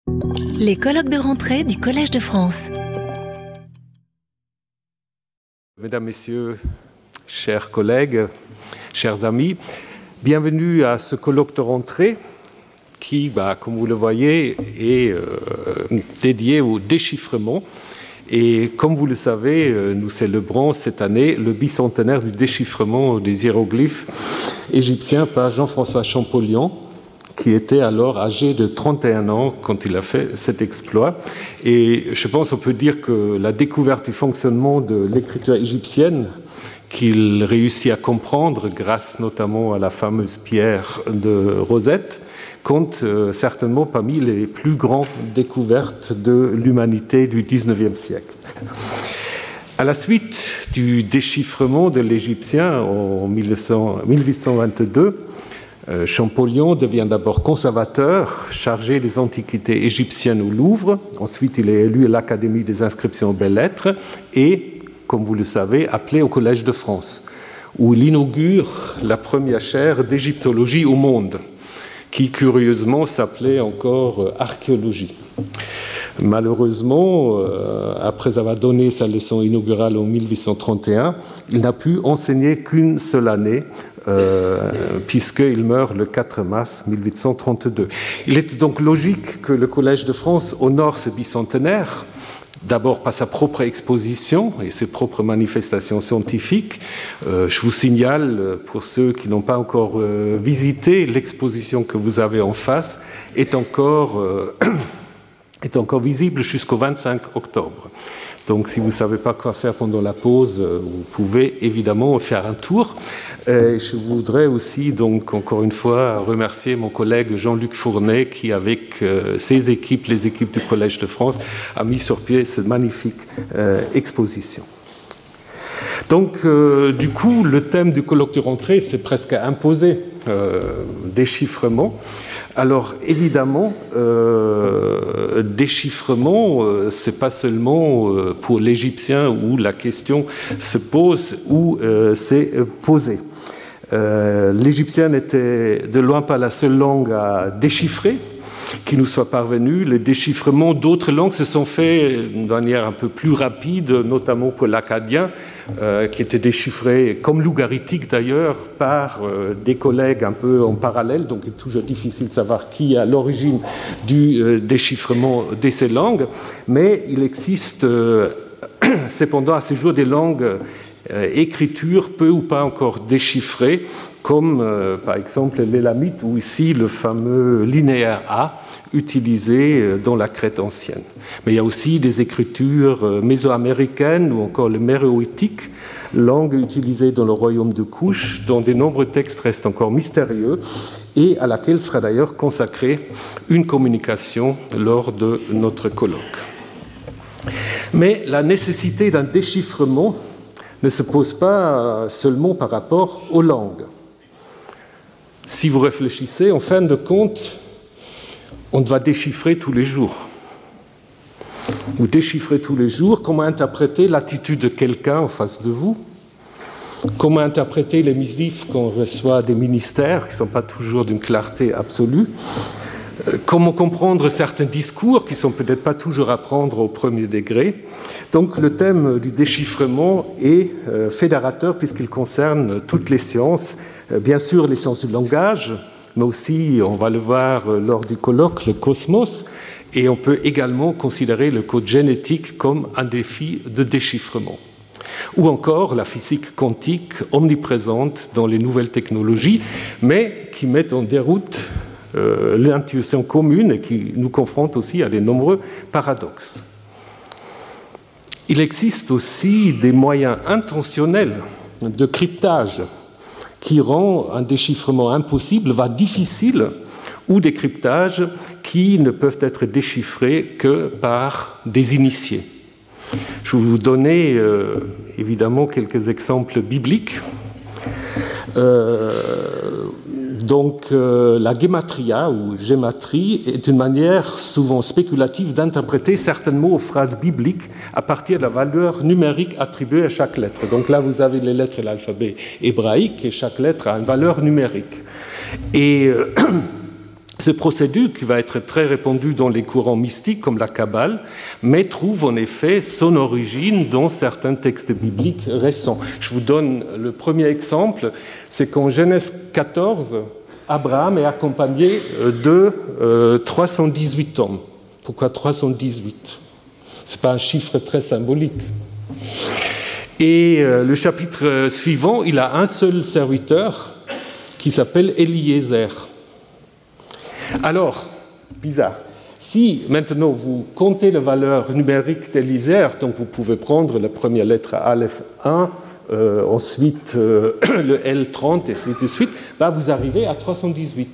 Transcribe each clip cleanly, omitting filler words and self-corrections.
Les colloques de rentrée du Collège de France. Mesdames, Messieurs, chers collègues, chers amis, bienvenue à ce colloque de rentrée qui, comme vous le voyez, est dédié au déchiffrement. Et comme vous le savez, nous célébrons cette année le bicentenaire du déchiffrement des hiéroglyphes égyptiens par Jean-François Champollion, qui était alors âgé de 31 ans quand il a fait cet exploit. Et je pense qu'on peut dire que la découverte du fonctionnement de l'écriture égyptienne qu'il réussit à comprendre grâce notamment à la fameuse pierre de Rosette compte certainement parmi les plus grandes découvertes de l'humanité du XIXe siècle. À la suite du déchiffrement de l'égyptien en 1822, Champollion devient d'abord conservateur, chargé des antiquités égyptiennes au Louvre. Ensuite, il est élu à l'Académie des inscriptions aux belles-lettres et, comme vous le savez, appelé au Collège de France, où il inaugure la première chaire d'égyptologie au monde, qui curieusement s'appelait encore archéologie. Malheureusement, après avoir donné sa leçon inaugurale en 1831, il n'a pu enseigner qu'une seule année, puisqu'il meurt le 4 mars 1832. Il était donc logique que le Collège de France honore ce bicentenaire, d'abord par sa propre exposition et ses propres manifestations scientifiques. Je vous signale, pour ceux qui n'ont pas encore visité, l'exposition que vous avez en face est encore visible jusqu'au 25 octobre. Donc, si vous ne savez pas quoi faire pendant la pause, vous pouvez évidemment faire un tour. Je voudrais aussi, donc, encore une fois, remercier mon collègue Jean-Luc Fournet qui, avec ses équipes, les équipes du Collège de France, a mis sur pied cette magnifique exposition. Donc, du coup, le thème du colloque de rentrée, c'est presque imposé, déchiffrement. Alors, évidemment, déchiffrement, ce n'est pas seulement pour l'Égyptien où la question se pose ou s'est posée. L'Égyptien n'était de loin pas la seule langue à déchiffrer qui nous soit parvenue. Les déchiffrements d'autres langues se sont faits d'une manière un peu plus rapide, notamment pour l'akkadien, qui était déchiffré, comme lougaritique d'ailleurs, par des collègues un peu en parallèle, donc il est toujours difficile de savoir qui est à l'origine du déchiffrement de ces langues, mais il existe cependant à ce jour des langues écritures peu ou pas encore déchiffrées, comme par exemple l'élamite ou ici le fameux linéaire A utilisé dans la Crète ancienne. Mais il y a aussi des écritures mésoaméricaines ou encore le méroïtique, langue utilisée dans le royaume de Couche, dont de nombreux textes restent encore mystérieux et à laquelle sera d'ailleurs consacrée une communication lors de notre colloque. Mais la nécessité d'un déchiffrement ne se pose pas seulement par rapport aux langues. Si vous réfléchissez, en fin de compte, on doit déchiffrer tous les jours. Vous déchiffrez tous les jours comment interpréter l'attitude de quelqu'un en face de vous, comment interpréter les missives qu'on reçoit des ministères qui ne sont pas toujours d'une clarté absolue, comment comprendre certains discours qui ne sont peut-être pas toujours à prendre au premier degré. Donc le thème du déchiffrement est fédérateur puisqu'il concerne toutes les sciences, bien sûr les sciences du langage, mais aussi, on va le voir lors du colloque, le cosmos, et on peut également considérer le code génétique comme un défi de déchiffrement. Ou encore la physique quantique omniprésente dans les nouvelles technologies, mais qui met en déroute l'intuition commune et qui nous confronte aussi à de nombreux paradoxes. Il existe aussi des moyens intentionnels de cryptage qui rend un déchiffrement impossible, voire difficile, ou des cryptages qui ne peuvent être déchiffrés que par des initiés. Je vais vous donner évidemment quelques exemples bibliques. La gematria ou gématrie est une manière souvent spéculative d'interpréter certains mots ou phrases bibliques à partir de la valeur numérique attribuée à chaque lettre. Donc là, vous avez les lettres de l'alphabet hébraïque et chaque lettre a une valeur numérique. Et Ce procédé, qui va être très répandu dans les courants mystiques comme la Kabbale, mais trouve en effet son origine dans certains textes bibliques récents. Je vous donne le premier exemple, c'est qu'en Genèse 14, Abraham est accompagné de 318 hommes. Pourquoi 318 ? Ce n'est pas un chiffre très symbolique. Et le chapitre suivant, il a un seul serviteur qui s'appelle Eliezer. Alors, bizarre, si maintenant vous comptez la valeur numérique d'Eliezer, donc vous pouvez prendre la première lettre Aleph 1, ensuite le L30 et ainsi de suite, vous arrivez à 318.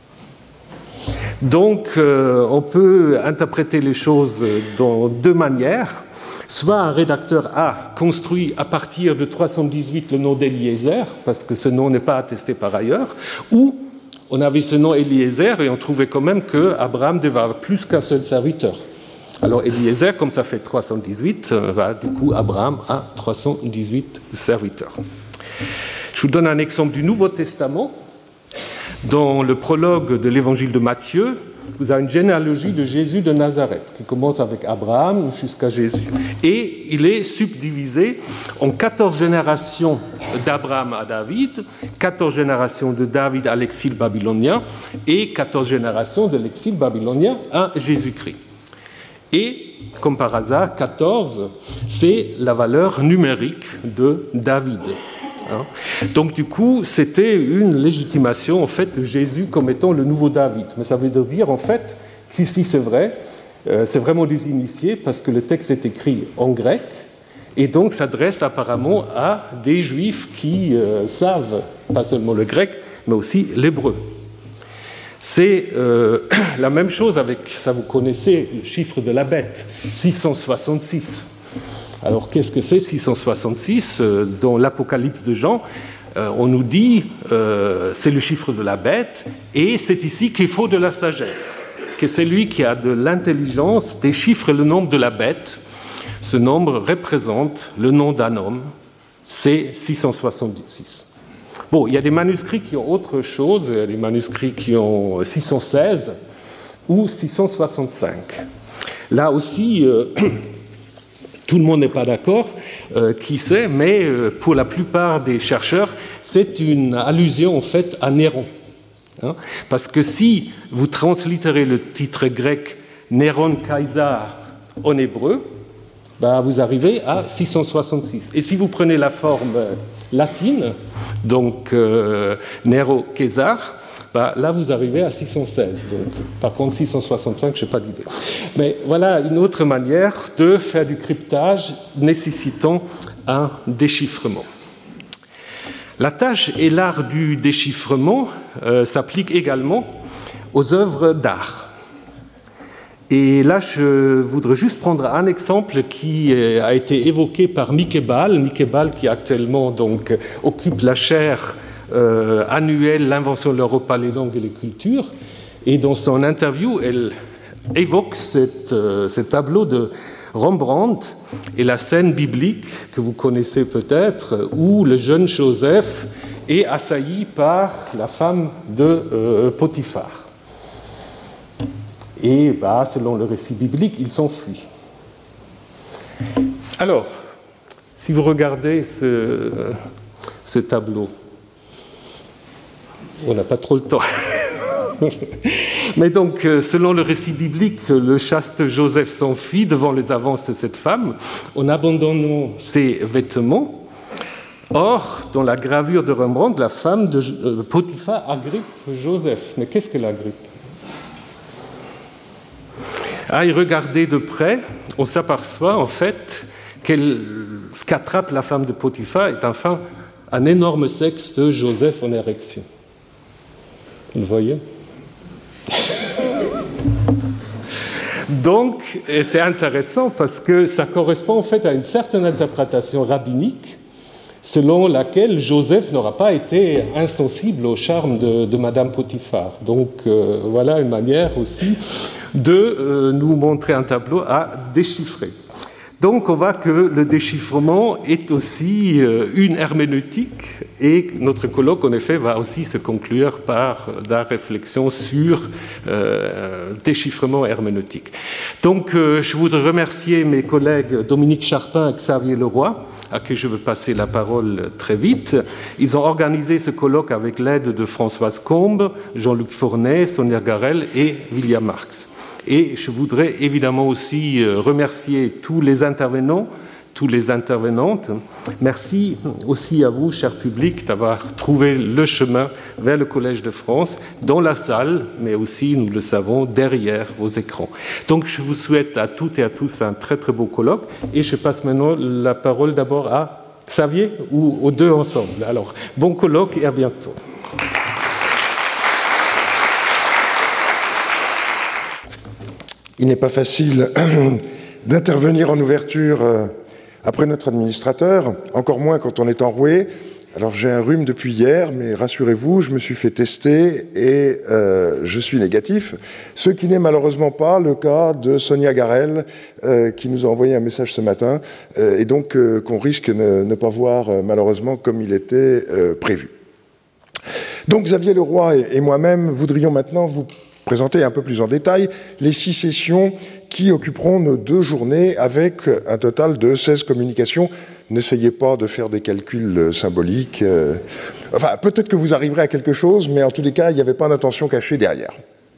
Donc, on peut interpréter les choses dans deux manières. Soit un rédacteur a construit à partir de 318 le nom d'Eliezer, parce que ce nom n'est pas attesté par ailleurs, ou on avait ce nom Eliezer et on trouvait quand même qu'Abraham devait avoir plus qu'un seul serviteur. Alors Eliezer, comme ça fait 318, du coup Abraham a 318 serviteurs. Je vous donne un exemple du Nouveau Testament. Dans le prologue de l'évangile de Matthieu, vous avez une généalogie de Jésus de Nazareth qui commence avec Abraham jusqu'à Jésus. Et il est subdivisé en 14 générations d'Abraham à David, 14 générations de David à l'exil babylonien et 14 générations de l'exil babylonien à Jésus-Christ. Et, comme par hasard, 14, c'est la valeur numérique de David. Donc du coup, c'était une légitimation en fait de Jésus comme étant le nouveau David. Mais ça veut dire en fait qu'ici c'est vrai, c'est vraiment des initiés parce que le texte est écrit en grec et donc s'adresse apparemment à des Juifs qui savent pas seulement le grec mais aussi l'hébreu. C'est la même chose avec, ça vous connaissez, le chiffre de la bête, 666. Alors, qu'est-ce que c'est 666 ? Dans l'Apocalypse de Jean, on nous dit c'est le chiffre de la bête, et c'est ici qu'il faut de la sagesse, que celui qui a de l'intelligence déchiffre le nombre de la bête. Ce nombre représente le nom d'un homme, c'est 666. Bon, il y a des manuscrits qui ont autre chose, il y a des manuscrits qui ont 616 ou 665. Là aussi... tout le monde n'est pas d'accord, qui sait, mais pour la plupart des chercheurs, c'est une allusion en fait à Néron. Parce que si vous translittérez le titre grec Néron Caesar en hébreu, vous arrivez à 666. Et si vous prenez la forme latine, donc Nero Caesar, là, vous arrivez à 616. Donc, par contre, 665, je n'ai pas d'idée. Mais voilà une autre manière de faire du cryptage nécessitant un déchiffrement. La tâche et l'art du déchiffrement s'appliquent également aux œuvres d'art. Et là, je voudrais juste prendre un exemple qui a été évoqué par Mieke Bal, qui actuellement donc, occupe la chaire annuelle L'invention de l'Europe par les langues et les cultures. Et dans son interview, elle évoque ce tableau de Rembrandt et la scène biblique que vous connaissez peut-être, où le jeune Joseph est assailli par la femme de Potiphar. Et selon le récit biblique, il s'enfuit. Alors, si vous regardez ce tableau, on n'a pas trop le temps. Mais donc, selon le récit biblique, le chaste Joseph s'enfuit devant les avances de cette femme en abandonnant ses vêtements. Or, dans la gravure de Rembrandt, la femme de Potiphar agrippe Joseph. Mais qu'est-ce qu'elle agrippe ? À y regarder de près, on s'aperçoit en fait ce qu'attrape la femme de Potiphar est enfin un énorme sexe de Joseph en érection. Vous le voyez ? Donc, c'est intéressant parce que ça correspond en fait à une certaine interprétation rabbinique selon laquelle Joseph n'aura pas été insensible au charme de Madame Potiphar. Donc, voilà une manière aussi de nous montrer un tableau à déchiffrer. Donc on voit que le déchiffrement est aussi une herméneutique et notre colloque en effet va aussi se conclure par la réflexion sur déchiffrement herméneutique. Donc je voudrais remercier mes collègues Dominique Charpin et Xavier Leroy, à qui je veux passer la parole très vite. Ils ont organisé ce colloque avec l'aide de Françoise Combe, Jean-Luc Fournet, Sonia Garel et William Marx. Et je voudrais évidemment aussi remercier tous les intervenants, toutes les intervenantes. Merci aussi à vous, cher public, d'avoir trouvé le chemin vers le Collège de France, dans la salle, mais aussi, nous le savons, derrière vos écrans. Donc, je vous souhaite à toutes et à tous un très très beau colloque. Et je passe maintenant la parole d'abord à Xavier ou aux deux ensemble. Alors, bon colloque et à bientôt. Il n'est pas facile d'intervenir en ouverture après notre administrateur, encore moins quand on est enroué. Alors j'ai un rhume depuis hier, mais rassurez-vous, je me suis fait tester et je suis négatif. Ce qui n'est malheureusement pas le cas de Sonia Garel, qui nous a envoyé un message ce matin, et donc qu'on risque de ne pas voir malheureusement comme il était prévu. Donc Xavier Leroy et moi-même voudrions maintenant vous présenter un peu plus en détail les 6 sessions qui occuperont nos 2 journées avec un total de 16 communications. N'essayez pas de faire des calculs symboliques. Enfin, peut-être que vous arriverez à quelque chose, mais en tous les cas, il n'y avait pas d'intention cachée derrière.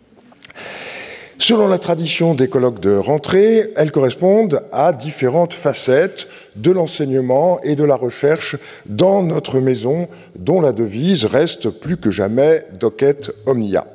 Selon la tradition des colloques de rentrée, elles correspondent à différentes facettes de l'enseignement et de la recherche dans notre maison, dont la devise reste plus que jamais Docet Omnia.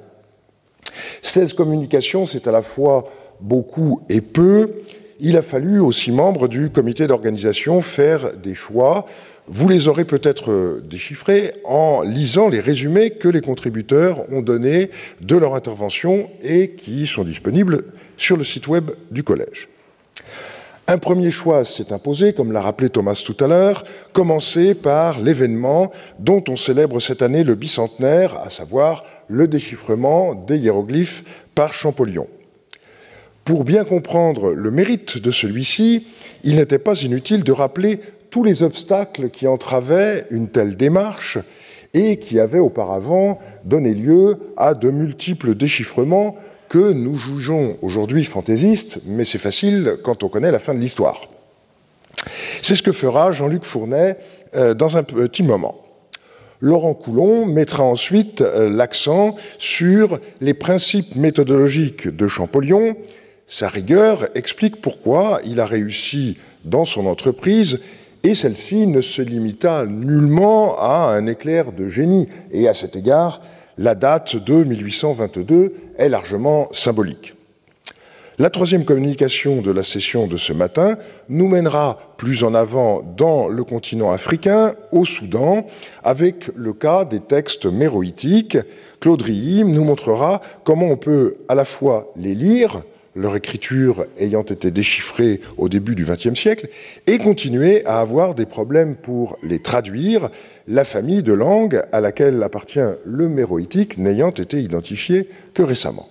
16 communications, c'est à la fois beaucoup et peu. Il a fallu aux 6 membres du comité d'organisation faire des choix. Vous les aurez peut-être déchiffrés en lisant les résumés que les contributeurs ont donnés de leur intervention et qui sont disponibles sur le site web du collège. Un premier choix s'est imposé, comme l'a rappelé Thomas tout à l'heure, commencer par l'événement dont on célèbre cette année le bicentenaire, à savoir le déchiffrement des hiéroglyphes par Champollion. Pour bien comprendre le mérite de celui-ci, il n'était pas inutile de rappeler tous les obstacles qui entravaient une telle démarche et qui avaient auparavant donné lieu à de multiples déchiffrements que nous jugeons aujourd'hui fantaisistes, mais c'est facile quand on connaît la fin de l'histoire. C'est ce que fera Jean-Luc Fournet dans un petit moment. Laurent Coulon mettra ensuite l'accent sur les principes méthodologiques de Champollion. Sa rigueur explique pourquoi il a réussi dans son entreprise et celle-ci ne se limita nullement à un éclair de génie. Et à cet égard, la date de 1822 est largement symbolique. La troisième communication de la session de ce matin nous mènera plus en avant dans le continent africain, au Soudan, avec le cas des textes méroïtiques. Claude Rihim nous montrera comment on peut à la fois les lire, leur écriture ayant été déchiffrée au début du XXe siècle, et continuer à avoir des problèmes pour les traduire, la famille de langues à laquelle appartient le méroïtique n'ayant été identifiée que récemment.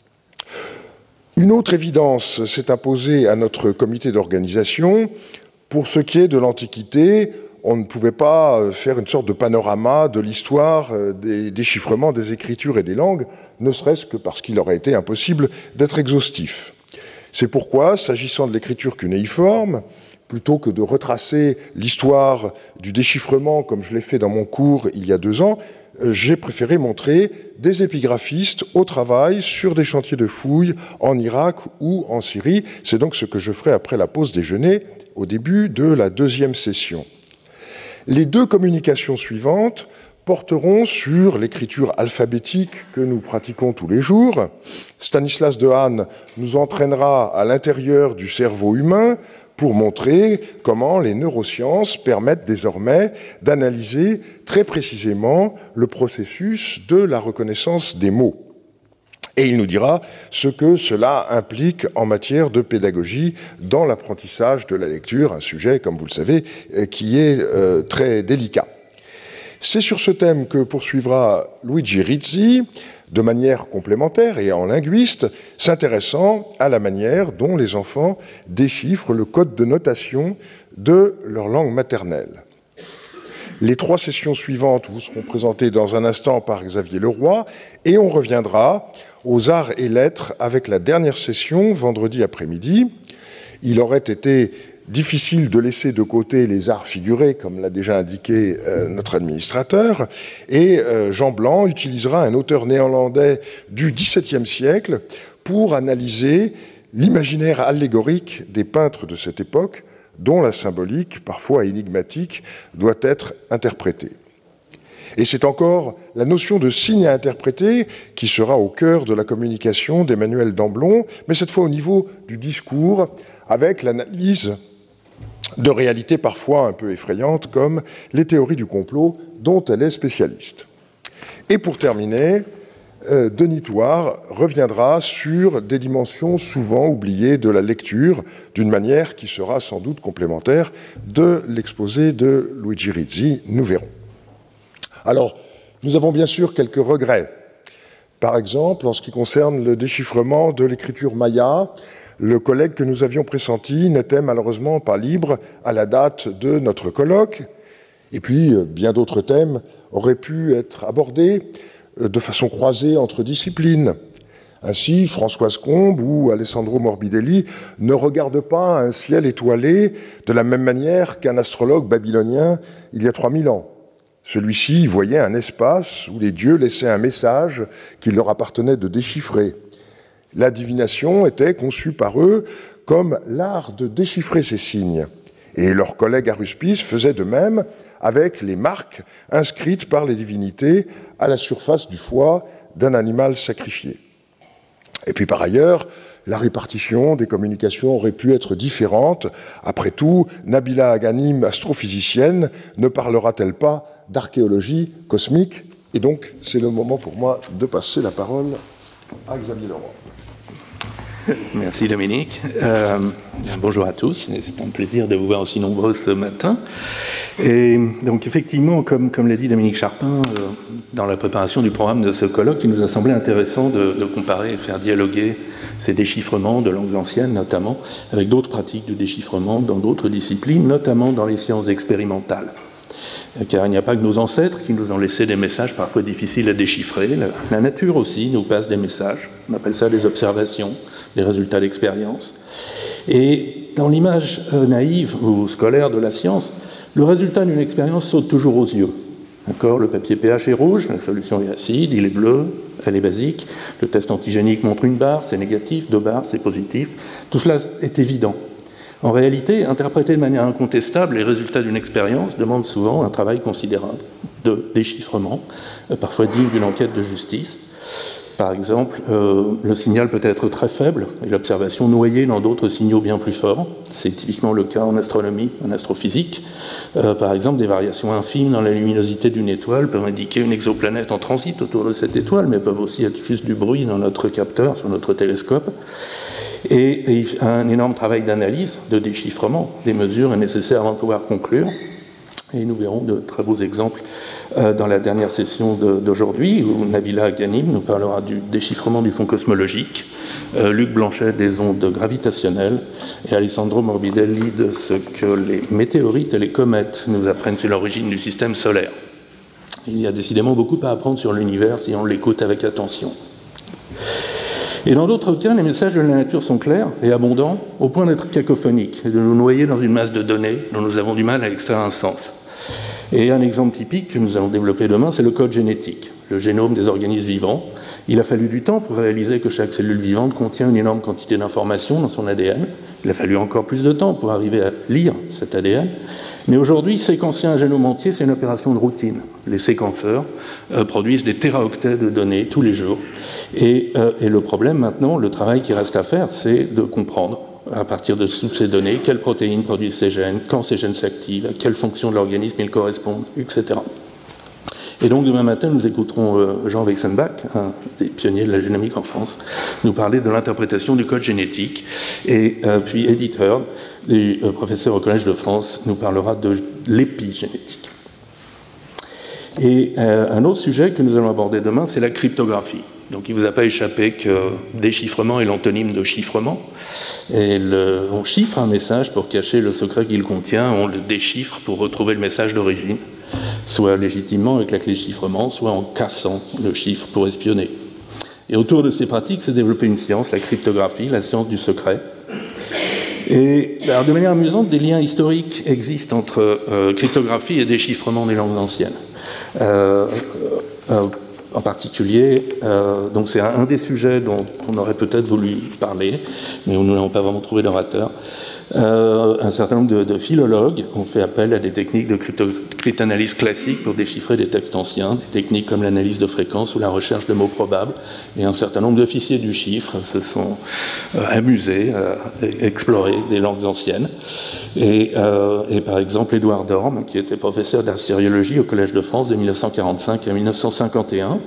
Une autre évidence s'est imposée à notre comité d'organisation. Pour ce qui est de l'Antiquité, on ne pouvait pas faire une sorte de panorama de l'histoire des déchiffrements des écritures et des langues, ne serait-ce que parce qu'il aurait été impossible d'être exhaustif. C'est pourquoi, s'agissant de l'écriture cunéiforme, plutôt que de retracer l'histoire du déchiffrement comme je l'ai fait dans mon cours il y a 2 ans, j'ai préféré montrer des épigraphistes au travail sur des chantiers de fouilles en Irak ou en Syrie. C'est donc ce que je ferai après la pause déjeuner, au début de la 2e session. Les 2 communications suivantes porteront sur l'écriture alphabétique que nous pratiquons tous les jours. Stanislas Dehaene nous entraînera à l'intérieur du cerveau humain pour montrer comment les neurosciences permettent désormais d'analyser très précisément le processus de la reconnaissance des mots. Et il nous dira ce que cela implique en matière de pédagogie dans l'apprentissage de la lecture, un sujet, comme vous le savez, qui est très délicat. C'est sur ce thème que poursuivra Luigi Rizzi, de manière complémentaire et en linguiste, s'intéressant à la manière dont les enfants déchiffrent le code de notation de leur langue maternelle. Les 3 sessions suivantes vous seront présentées dans un instant par Xavier Leroy et on reviendra aux arts et lettres avec la dernière session vendredi après-midi. Il aurait été difficile de laisser de côté les arts figurés, comme l'a déjà indiqué notre administrateur, et Jean Blanc utilisera un auteur néerlandais du XVIIe siècle pour analyser l'imaginaire allégorique des peintres de cette époque, dont la symbolique, parfois énigmatique, doit être interprétée. Et c'est encore la notion de signe à interpréter qui sera au cœur de la communication d'Emmanuelle Damblon, mais cette fois au niveau du discours, avec l'analyse de réalités parfois un peu effrayantes, comme les théories du complot dont elle est spécialiste. Et pour terminer, Denis Thouars reviendra sur des dimensions souvent oubliées de la lecture, d'une manière qui sera sans doute complémentaire de l'exposé de Luigi Rizzi, nous verrons. Alors, nous avons bien sûr quelques regrets. Par exemple, en ce qui concerne le déchiffrement de l'écriture maya, le collègue que nous avions pressenti n'était malheureusement pas libre à la date de notre colloque. Et puis, bien d'autres thèmes auraient pu être abordés de façon croisée entre disciplines. Ainsi, Françoise Combe ou Alessandro Morbidelli ne regardent pas un ciel étoilé de la même manière qu'un astrologue babylonien il y a 3000 ans. Celui-ci voyait un espace où les dieux laissaient un message qu'il leur appartenait de déchiffrer. La divination était conçue par eux comme l'art de déchiffrer ces signes. Et leurs collègues aruspices faisaient de même avec les marques inscrites par les divinités à la surface du foie d'un animal sacrifié. Et puis par ailleurs, la répartition des communications aurait pu être différente. Après tout, Nabila Aghanim, astrophysicienne, ne parlera-t-elle pas d'archéologie cosmique? Et donc, c'est le moment pour moi de passer la parole à Xavier Leroy. Merci Dominique. Bonjour à tous. C'est un plaisir de vous voir aussi nombreux ce matin. Et donc effectivement, comme l'a dit Dominique Charpin, dans la préparation du programme de ce colloque, il nous a semblé intéressant de comparer et faire dialoguer ces déchiffrements de langues anciennes, notamment, avec d'autres pratiques de déchiffrement dans d'autres disciplines, notamment dans les sciences expérimentales. Car il n'y a pas que nos ancêtres qui nous ont laissé des messages parfois difficiles à déchiffrer. La nature aussi nous passe des messages. On appelle ça des observations, des résultats d'expérience. Et dans l'image naïve ou scolaire de la science, le résultat d'une expérience saute toujours aux yeux. D'accord ? Le papier pH est rouge, la solution est acide, il est bleu, elle est basique. Le test antigénique montre une barre, c'est négatif, 2 barres, c'est positif. Tout cela est évident. En réalité, interpréter de manière incontestable les résultats d'une expérience demande souvent un travail considérable de déchiffrement, parfois digne d'une enquête de justice. Par exemple, le signal peut être très faible et l'observation noyée dans d'autres signaux bien plus forts. C'est typiquement le cas en astronomie, en astrophysique. Par exemple, des variations infimes dans la luminosité d'une étoile peuvent indiquer une exoplanète en transit autour de cette étoile, mais peuvent aussi être juste du bruit dans notre capteur, sur notre télescope. Et un énorme travail d'analyse, de déchiffrement des mesures est nécessaire avant de pouvoir conclure. Et nous verrons de très beaux exemples dans la dernière session d'aujourd'hui, où Nabila Aghanim nous parlera du déchiffrement du fond cosmologique, Luc Blanchet des ondes gravitationnelles, et Alessandro Morbidelli de ce que les météorites et les comètes nous apprennent sur l'origine du système solaire. Il y a décidément beaucoup à apprendre sur l'univers si on l'écoute avec attention. Et dans d'autres cas, les messages de la nature sont clairs et abondants, au point d'être cacophoniques, et de nous noyer dans une masse de données dont nous avons du mal à extraire un sens. Et un exemple typique que nous allons développer demain, c'est le code génétique, le génome des organismes vivants. Il a fallu du temps pour réaliser que chaque cellule vivante contient une énorme quantité d'informations dans son ADN. Il a fallu encore plus de temps pour arriver à lire cet ADN. Mais aujourd'hui, séquencer un génome entier, c'est une opération de routine. Les séquenceurs produisent des téraoctets de données tous les jours. Et le problème maintenant, le travail qui reste à faire, c'est de comprendre, à partir de toutes ces données, quelles protéines produisent ces gènes, quand ces gènes s'activent, à quelle fonction de l'organisme ils correspondent, etc. Et donc demain matin, nous écouterons Jean Weissenbach, un des pionniers de la génomique en France, nous parler de l'interprétation du code génétique. Et puis Edith Heard, professeur au Collège de France, nous parlera de l'épigénétique. Et un autre sujet que nous allons aborder demain, c'est la cryptographie. Donc il ne vous a pas échappé que déchiffrement est l'antonyme de chiffrement. Et on chiffre un message pour cacher le secret qu'il contient, on le déchiffre pour retrouver le message d'origine, soit légitimement avec la clé de chiffrement, soit en cassant le chiffre pour espionner. Et autour de ces pratiques s'est développée une science, la cryptographie, la science du secret. Et alors, de manière amusante, des liens historiques existent entre cryptographie et déchiffrement des langues anciennes. En particulier, donc c'est un des sujets dont on aurait peut-être voulu parler, mais nous n'avons pas vraiment trouvé d'orateur. Un certain nombre de philologues ont fait appel à des techniques de cryptanalyse classique pour déchiffrer des textes anciens, des techniques comme l'analyse de fréquences ou la recherche de mots probables, et un certain nombre d'officiers du chiffre se sont amusés à explorer des langues anciennes. Et par exemple, Édouard Dorme, qui était professeur d'assyriologie au Collège de France de 1945 à 1951,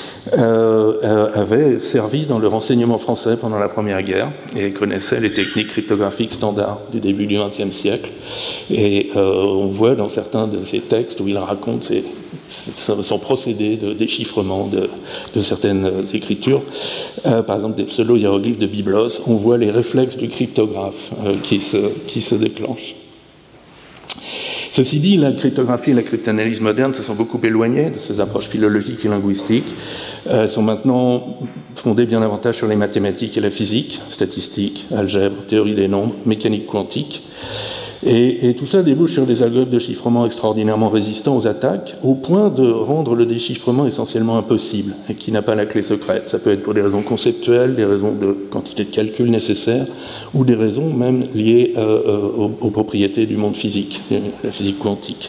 avait servi dans le renseignement français pendant la Première Guerre et connaissait les techniques cryptographiques standards du début du XXe siècle. Et on voit dans certains de ses textes où il raconte son procédé de déchiffrement de certaines écritures, par exemple des pseudo-hiéroglyphes de Byblos, on voit les réflexes du cryptographe qui se déclenchent. Ceci dit, la cryptographie et la cryptanalyse moderne se sont beaucoup éloignées de ces approches philologiques et linguistiques. Elles sont maintenant fondées bien davantage sur les mathématiques et la physique, statistiques, algèbre, théorie des nombres, mécanique quantique. Et tout ça débouche sur des algorithmes de chiffrement extraordinairement résistants aux attaques, au point de rendre le déchiffrement essentiellement impossible, et qui n'a pas la clé secrète. Ça peut être pour des raisons conceptuelles, des raisons de quantité de calcul nécessaires, ou des raisons même liées aux propriétés du monde physique, la physique quantique.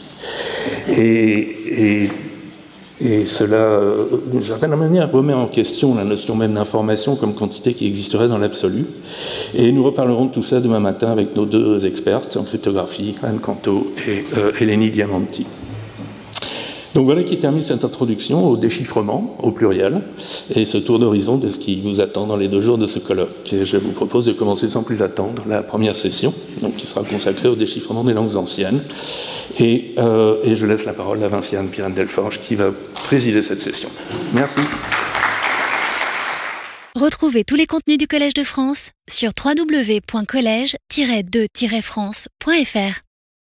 Et cela, d'une certaine manière, remet en question la notion même d'information comme quantité qui existerait dans l'absolu. Et nous reparlerons de tout ça demain matin avec nos deux expertes en cryptographie, Anne Canto et Eleni Diamanti. Donc voilà qui termine cette introduction au déchiffrement, au pluriel, et ce tour d'horizon de ce qui vous attend dans les 2 jours de ce colloque. Et je vous propose de commencer sans plus attendre la première session, donc qui sera consacrée au déchiffrement des langues anciennes. Et je laisse la parole à Vinciane Pirenne-Delforge qui va présider cette session. Merci. Retrouvez tous les contenus du Collège de France sur www.collège-2-france.fr.